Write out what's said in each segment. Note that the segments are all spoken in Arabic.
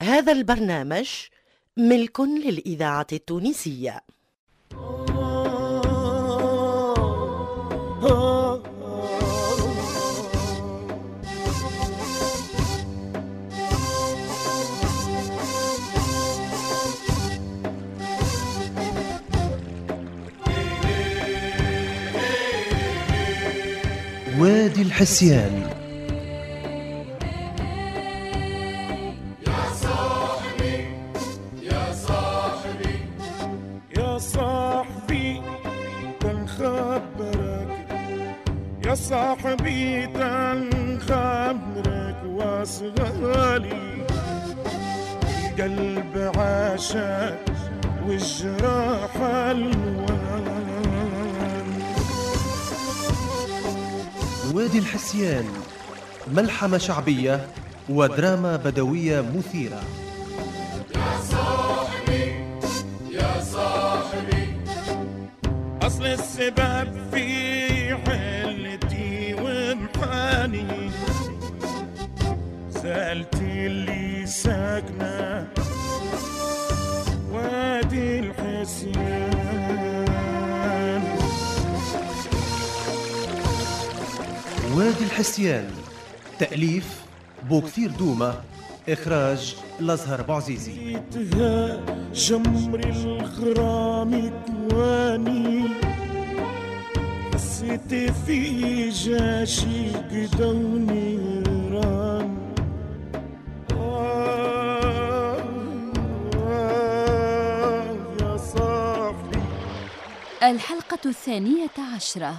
هذا البرنامج ملك للإذاعة التونسية. وادي الحسيان. يا صاحبي يا صاحبي يا صاحبي تنخبرك، يا صاحبي تنخبرك واصغالي القلب عاشق والجراح الوان. وادي الحسيان، ملحمة شعبية ودراما بدوية مثيرة. يا صاحبي يا صاحبي أصل السبب في حلتي ومحاني، زالتي اللي ساكنة وادي الحسيان. وادي الحسيان، تأليف بوكثير دومة، إخراج الأزهر بوعزيزي. جمر الغرام تواني، حسيت في جاشي قدوني ران. يا صاحبي. الحلقة 12.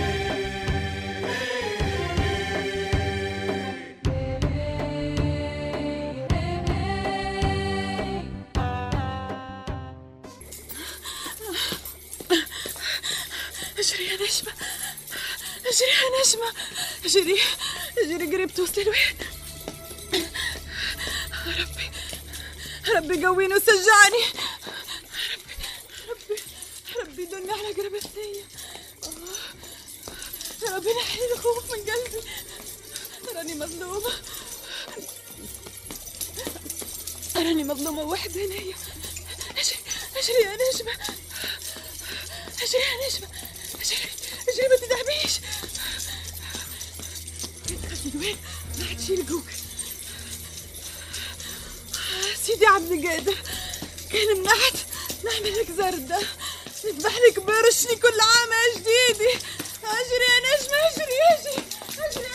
اجري يا نجمة، اجري يا نجمة، اجري اجري، قريب توصلي الوين. ربي قويني وسجعني، ربي دلني على قرب الثانية. ربي نحي الخوف من قلبي، راني مظلومة وحدي هنايا. اجري يا نجمة، اجري يا نجمة، اجري ما تتعبيش. تخافي وين؟ ما عادش يلقوك. سيدي عبد القادر كان منحت نعمل لك زردة، نذبح لك برشني كل عام جديدي. اجري يا نجمة، اجري يا نجمة، اجري.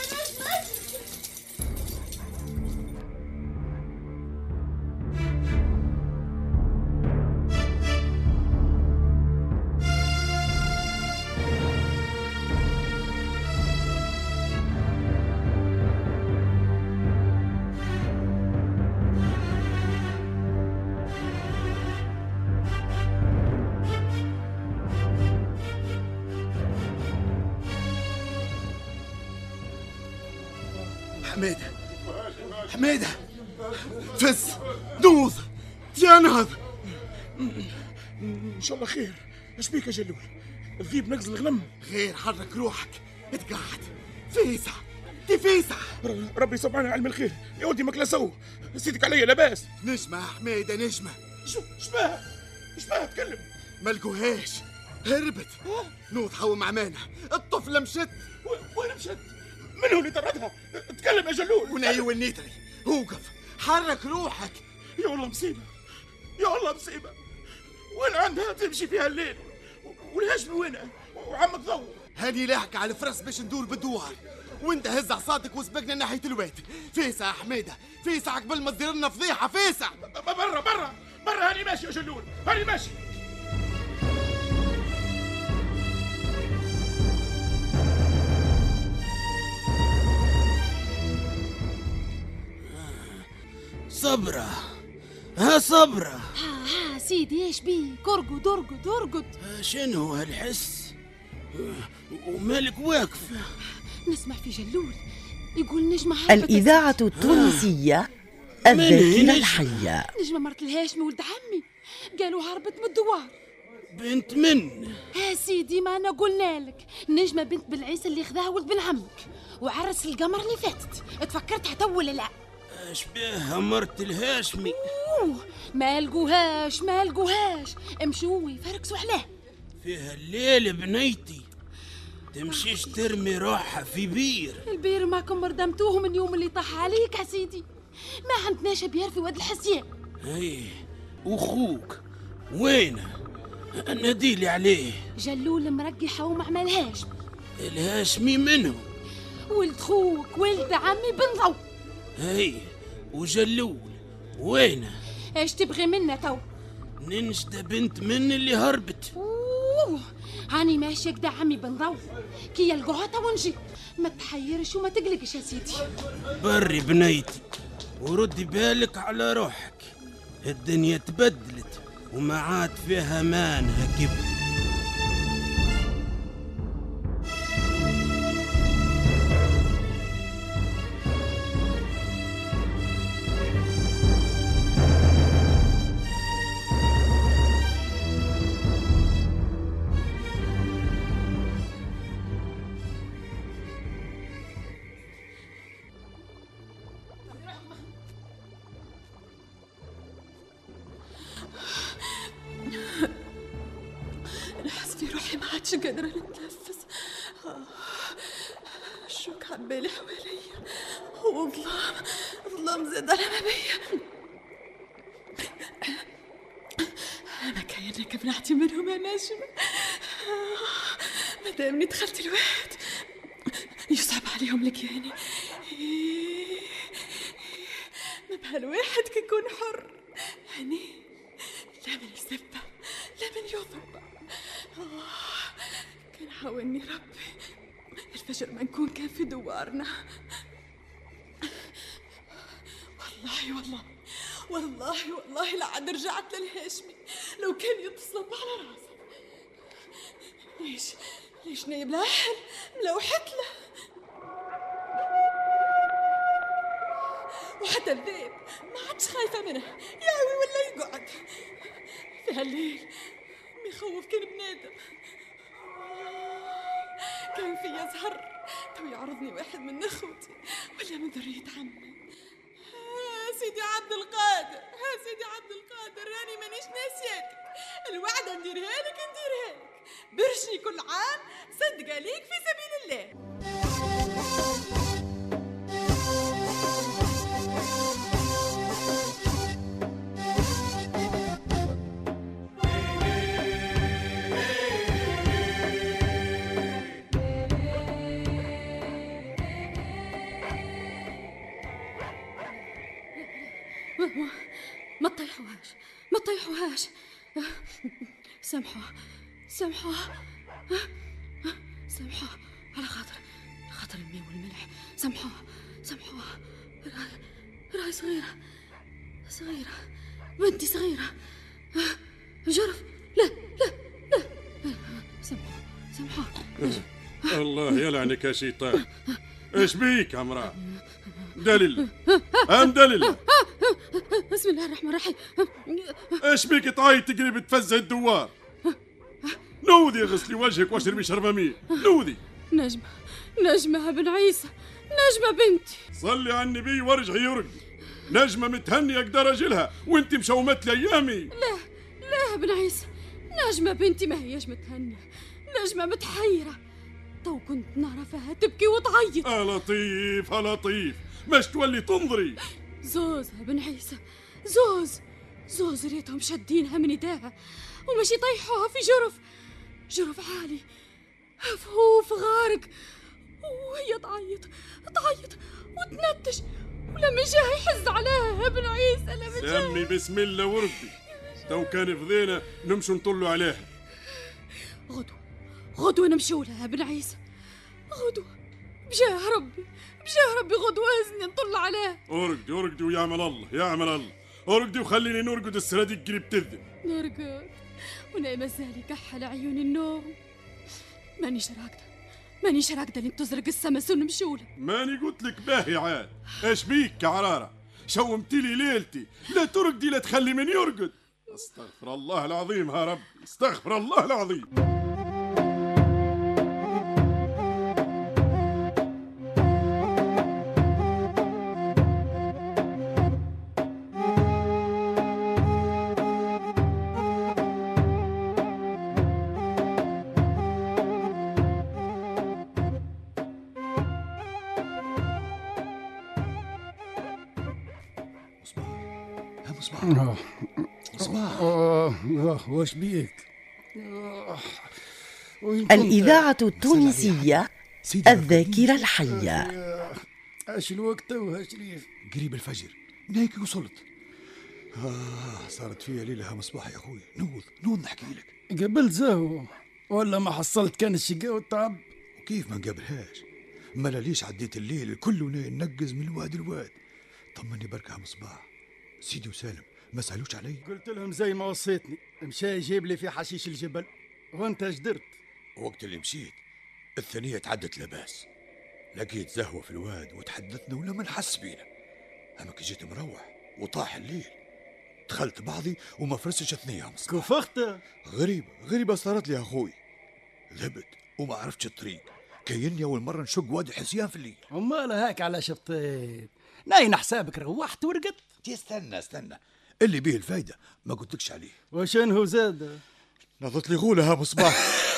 حميدة فز نوض تنهض. إن شاء الله خير. ايش بيك يا جلول؟ الذيب نقز الغنم. غير حرك روحك، اتقعد. فيسع ربي سبحانه علم الخير. يا ولدي ماك لا سو، سيدك عليا لاباس. نجمة يا حميدة، نجمة. شو شباه تكلم؟ ما لقوهاش، هربت. نوض حوم عمانة، الطفلة مشت. وين مشت؟ من هو اللي طردها؟ تكلم يا جلول. وناي والنيتري، اوقف حرك روحك. يا والله مصيبة، وين عندها تمشي فيها الليل؟ والهجم وينها؟ وعم الضوء هاني لاحق على الفرس باش ندور بالدوار، وانت هز عصاتك وسبقنا ناحية الواد. فيسع يا حميدة، فيسع قبل ما تدير لنا فضيحة. فيسع. برا هاني ماشي يا جلول، هاني ماشي. صبرة. ها سيدي، ايش بيك؟ ارقد. شنو هالحس؟ ومالك واقفة؟ نسمع في جلول يقول نجمة الإذاعة التونسية، الذاكرة الحية. نجمة مرت الهاشمي ولد عمي، قالوا هربت من الدوار. بنت من؟ ها سيدي، ما أنا قلنا لك، نجمة بنت بالعيسى اللي خذاها ولد بن عمك وعرس القمر اللي فاتت. تفكرت حتى ولا لا؟ اشباهها مرت الهاشمي. ما لقوهاش امشوا يفركسوا عليه. فيها الليل بنيتي تمشيش ترمي روحها في بير. البير ماكم مردمتوه من يوم اللي طاح عليك يا سيدي. ما عندناش بير في واد الحسيان. اي وخوك وينه؟ ناديلي عليه. جلول مرقحة وما عملهاش. الهاشمي منه؟ ولد خوك ولد عمي بن ضو. هي وجلول وينه؟ ايش تبغي منا تو؟ ننشدة بنت من اللي هربت. هاني ماشية كدا عمي بن ضو. كي يلقوها تو ونجي. ما تحيرش وما تقلقش يا سيدي. بري بنيتي وردي بالك على روحك. الدنيا تبدلت وما عاد فيها مانها كبر. نحس في روحي ما عادش قادرة نتنفس. الشوك عبالي حواليا وظلام زاد على ما بيا. أنا كأنك بنحتي منهم يا نجمة. مادامني دخلت الواد يصعب عليهم لك يعني. ما بهالواحد كيكون حر هني لا من يسبه لا من يضرب. كان حاولني ربي الفجر ما نكون كان في دوارنا. والله لعد رجعت للهاشمي لو كان يتصلب على راسه. ليش نايب لاحل ملوحت له. وحتى الذئب ما عادش خايفة منه يعوي ولا يقعد. في هالليل ما يخوف كان بنادم. كان في زهر تو يعرضني واحد من اخوتي ولا من ذرية عمي. سيدي عبد القادر راني مانيش ناسياتك. الوعدة نديرها لك برشني كل عام صدقة ليك في سبيل الله. ما تطيحوهاش. سامحوا على خاطر الماء والملح. سامحوا راهي صغيرة بنتي صغيرة. جرف لا سامحوا. الله يلعنك يا شيطان. ايش بيك عمران؟ دليل دليل. بسم الله الرحمن الرحيم. ايش بيك تعيط تقريب تفزع الدوار؟ نوذي غسلي وجهك واشربي شربامين. نوذي. نجمة بن عيسى. نجمة بنتي. صلي على النبي وارجعي يرقدي. نجمة متهنية قدر راجلها وانت مشومت لي ايامي. لا بن عيسى. نجمة بنتي ما هيش متهنية. نجمة متحيرة. تو كنت نعرفها تبكي وتعيط. لطيف مش تولي تنظري. زوزها بن عيسى. زوز ريتهم شادينها من ايديها وماشي يطيحوها في جرف عالي فهوف غارق. وهي تعيط وتنتش ولما جاها يحز عليها بن عيسى. سمي بسم الله وردي. تو كان فضينا نمشوا نطلوا عليها. غدوة نمشوا لها بن عيسى. غدوة بجاه ربي غدوة هزني نطل عليها. ارقدي ويعمل الله. ارقدي وخليني نرقد السراديق اللي بتذب. نرقد وانا مازالي كحل عيون النوم. مانيش راقدة اللي تزرق السمس ونمشولها. ماني قلت لك باهي عاد. ايش بيك كعرارة؟ شومتي لي ليلتي. لا ترقدي لا تخلي من يرقد. استغفر الله العظيم يا رب. استغفر الله العظيم. مصباح. مصباح واش بيك؟ الإذاعة التونسية الذاكرة الحية. اش الوقت توها شريف؟ قريب الفجر، نايك وصلت. صارت فيها ليلة مصباح يا أخوي. نوض نحكي لك. قبلت زهو ولا ما حصلت كان الشقاء والتعب؟ وكيف ما نقابلهاش؟ مالا ليش عديت الليل الكل ننقز من الواد الواد. طمني بركة مصباح. سيدي وسالم ما سألوش علي؟ قلت لهم زي ما وصيتني، مشى يجيب لي في حشيش الجبل وانت اش درت؟ وقت اللي مشيت الثانية تعدت لباس، لقيت زهوة في الواد وتحدثنا ولا ما نحس بينا. أما كي جيت مروح وطاح الليل دخلت بعضي وما فرستش ثنية مصباح. كفخت؟ غريبة صارت لي يا أخوي. ذبت وما عرفتش الطريق، كأني أول مرة نشق وادي حسيان في الليل. امال هاك على شبطيت ناين حسابك روحت ورقدت؟ استنى اللي بيه الفايدة ما قلتلكش عليه. وشنو زاد؟ نضت لي غولة مصباح.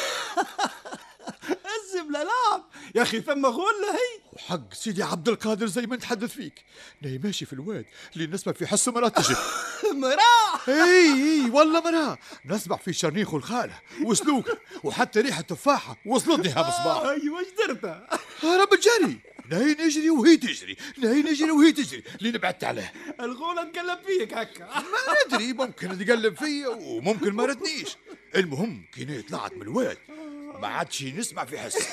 الزبلة لعب يا أخي، ثم غولة هي. وحق سيدي عبد القادر زي ما نتحدث فيك، ناي ماشي في الواد اللي نسمع في حس مراه تجي. مراه؟ اي والله مراه، نسمع في شرنيخ الخالة وسلوك وحتى ريحة تفاحة وصلتني ها مصباح. ايوه ايش درتها؟ هرب الجري، ناي نجري وهي تجري، اللي نبعدت عليه. الغولة تقلب فيك هكا؟ ما ندري، ممكن تقلب فيا وممكن ما ردنيش. المهم كي طلعت من الواد ما عادش نسمع في حس.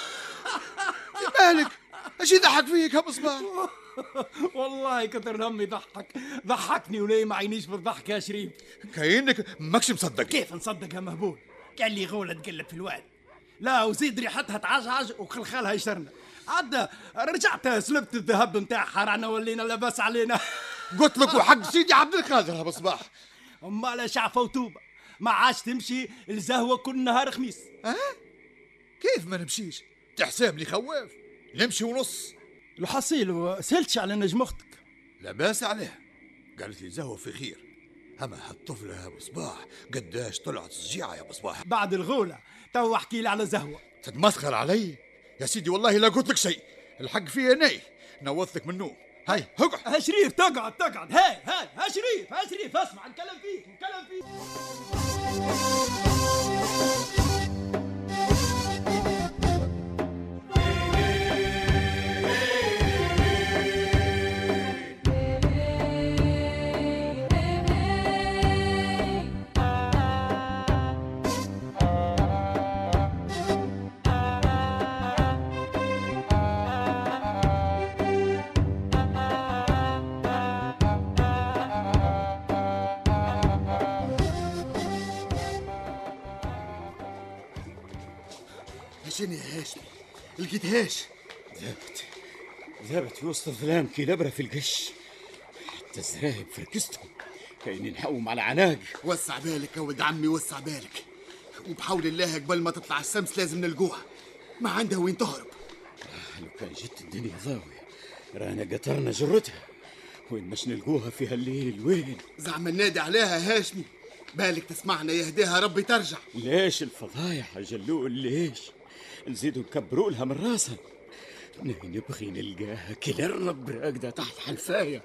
مالك اش يضحك فيك يا مصباح؟ والله كثر الهم يضحك، ضحكني وليه ما عينيش بالضحك يا شريف. كأنك ماكش مصدق. كيف نصدق يا مهبول؟ قال لي غولة تقلب في الواد، لا وزيد ريحتها تعجعج وخلخالها يشرنا. عاد رجعت سلبت الذهب نتاعها، رانا ولينا لاباس علينا. قلت لك وحق سيدي عبد القادر يا مصباح. امال شعفة وتوبة ما عادش تمشي الزهوة كل نهار خميس. كيف ما نمشيش؟ تحسبني خواف، نمشي ونص. الحصيل وسألتش على نجم اختك؟ لا باس عليها، قالت لي زهوة في خير. اما هالطفلة يا مصباح قداش طلعت شجيعة يا مصباح. بعد الغولة تو احكي لي على زهوة. تتمسخر علي يا سيدي، والله لا قلت لك شيء. الحق فيا ناي نوثك من النوم. هاي اقعد. ها شريف تقعد. هاي ها شريف اسمع الكلام فيك. شنو يا هاشم؟ لقيتهاش؟ ذابت في وسط الظلام كي نبرة في القش، حتى الزرايب فركستهم كأني نحوم على عناق. وسع بالك يا ولد عمي، وسع بالك، وبحول الله قبل ما تطلع الشمس لازم نلقوها، ما عندها وين تهرب. لو كان جت الدنيا ضاوية رانا قطرنا جرتها، وين مش نلقوها في هالليل وين؟ زعما نادي عليها هاشمي، بالك تسمعنا يهديها ربي ترجع. ليش الفضايح يا جلول؟ ليش نزيدوا نكبروا لها من راسها؟ نبغي نلقاها كل الرب راقدة تحت حلفاية،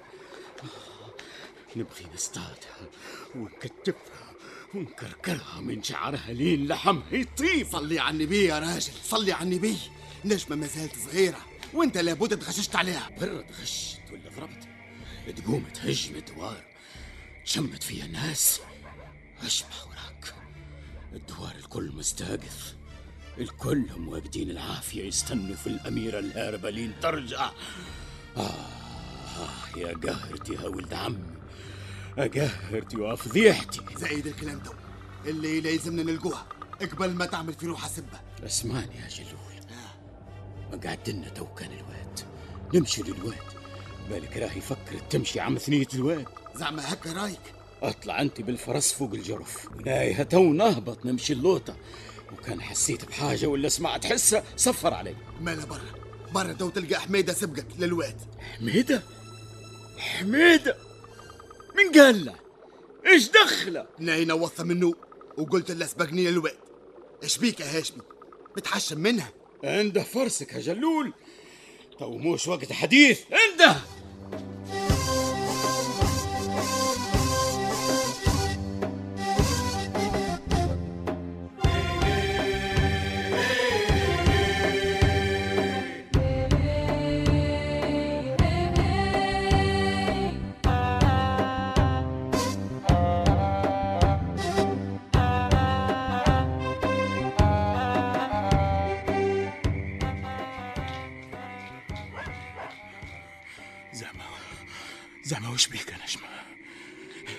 نبغي نصطادها ونكتفها ونكركرها من شعرها لين لحمها يطيب. صلي على النبي يا راجل، صلي على النبي. نجمة ما زالت صغيرة وانت لابد تغششت عليها. برا غشت ولا ضربت؟ تقوم تهجم الدوار، تشمت فيها الناس، اشبح وراك الدوار الكل مستاقف، الكل واقدين العافية يستنوا في الأميرة الهاربة لين ترجع. يا قهرتي يا ولد عمي، قهرتي وفضيحتي. زايد الكلام ده، اللي لازمنا نلقوها اقبل ما تعمل في روحها سبة. اسمعني يا جلول، ما قعدنا تو كان الواد نمشي للواد، بالك راهي فكرت تمشي عم ثنية الواد. زعما هكا رايك؟ اطلع انت بالفرس فوق الجرف، ونايها تو نهبط نمشي اللوطة، وكان حسيت بحاجة ولا سمعت حسة صفر علي. مالا برا تو تلقى حميدة سبقك للواد. حميدة من قال له؟ ايش دخله؟ ناينا وثى منه وقلت له سبقني للواد. ايش بيك يا هاشمي؟ بتحشم منها؟ عنده فرسك يا جلول، تو موش وقت حديث. عنده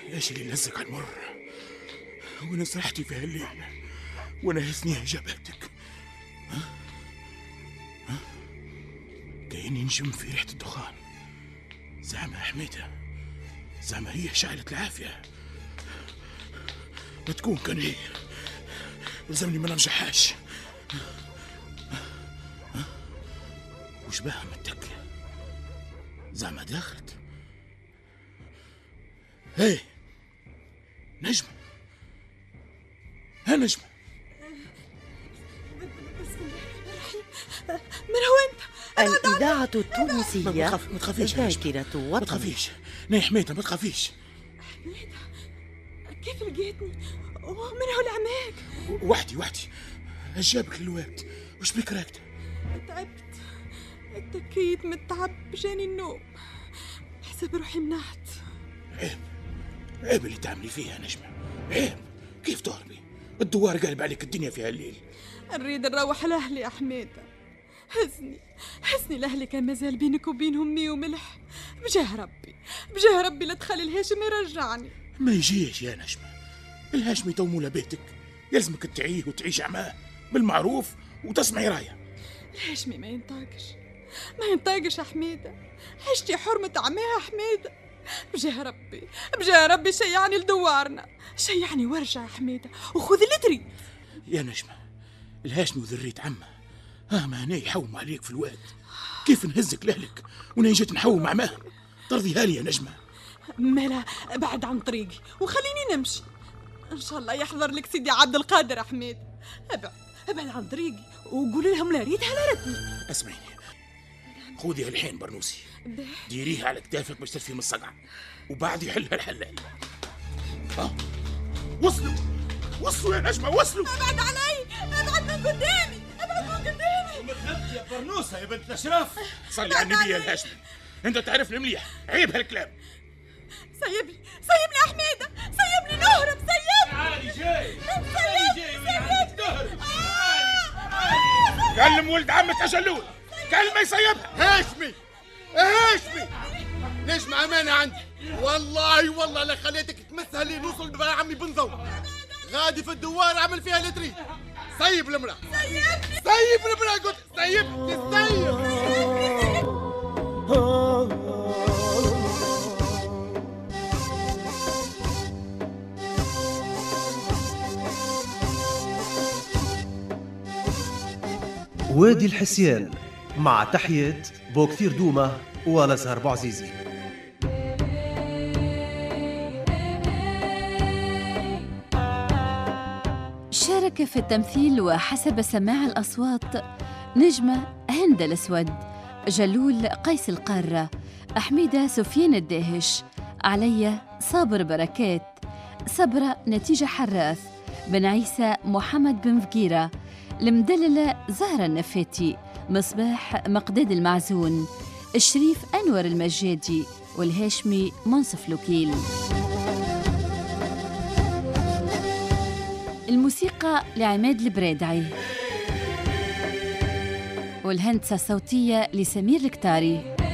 ايش اللي نزك على المر وانا سرحتي في هالليل وانا هسنيها جابتك. كأني نشم في ريحة الدخان. زعما حميدة، زعما هي شعلت العافية. ما تكون كان هي، لازمني ما نرجعهاش. وش بها متكية؟ زعما داخلت. هاي نجمة، ها نجمة. من هو انت؟ الإذاعة التونسية. ما تخافيش ذاكرة وطن. ما تخافيش. ناي حميدة ما تخافيش. حميدة كيف لقيتني؟ ومن هو العماك؟ وحدي جابك للوقت. وش بك راكدة؟ تعبت، اتكيت من التعب، جاني النوم، حسب روحي منعت. عيب اللي تعملي فيها نجمة، عيب. كيف تهربي؟ الدوار قلب عليك الدنيا في هالليل. نريد نروح لأهلي يا حميدة. حسني لأهلي كان مازال بينك وبينهم مي وملح. بجاه ربي لا تخلي الهاشم يرجعني. ما يجيش يا نجمة، الهاشمي تو مولا بيتك، يلزمك تعيه وتعيش معاه بالمعروف وتسمعي رايه. الهاشمي ما ينطاقش يا حميدة. عشتي حرمة عماها حميدة. بجاه ربي شيعني لدوارنا، شيعني وارجع يا حميدة وخذ اللي تريد. يا نجمة، الهاشمي وذرية عمه ما هنا يحوم عليك في الواد. كيف نهزك لأهلك وانا جيت نحوم عماه؟ ترضيها لي يا نجمة؟ مالا بعد عن طريقي وخليني نمشي. ان شاء الله يحضر لك سيدي عبد القادر يا حميد. ابعد عن طريقي وقولي لهم لا ريتها لا رتني. اسمعيني، خذي هالحين برنوسي، ديريها على كتافك باش ترفي من الصقع، وبعد يحلها الحلال. وصلوا يا نجمة، وصلوا. ابعد علي، ابعد من قدامي. متهبت يا برنوسة يا بنت الاشراف. صلي على النبي يا الهاشمي، انت تعرفني مليح، عيب هالكلام. سيبني يا حميدة، سيبني نهرب، سيبني. تعالي جاي كلم ولد عمك أجلول، كلمة يسيبها. هاشمي نجمة أمانة عندي، والله لا خليتك تمسها لي نوصل دبر عمي بن ضوء. غادي في الدوار عمل فيها اللي تريد. سيب المرأة، سيب المرأة، قلت سيب. وادي الحسيان، مع تحية بوكثير دومة ونزهر بوعزيزي. شارك في التمثيل وحسب سماع الأصوات نجمة هند الأسود، جلول قيس القارة، حميدة سفيان الداهش، علي صابر بركات، صبرة نتيجة حراث، بن عيسى محمد بن فقيرة، المدللة زهرة النفاتي، مصباح مقداد المعزون، الشريف أنور المجادي، والهاشمي منصف لوكيل. الموسيقى لعماد البرادعي، والهندسة الصوتية لسمير الكتاري.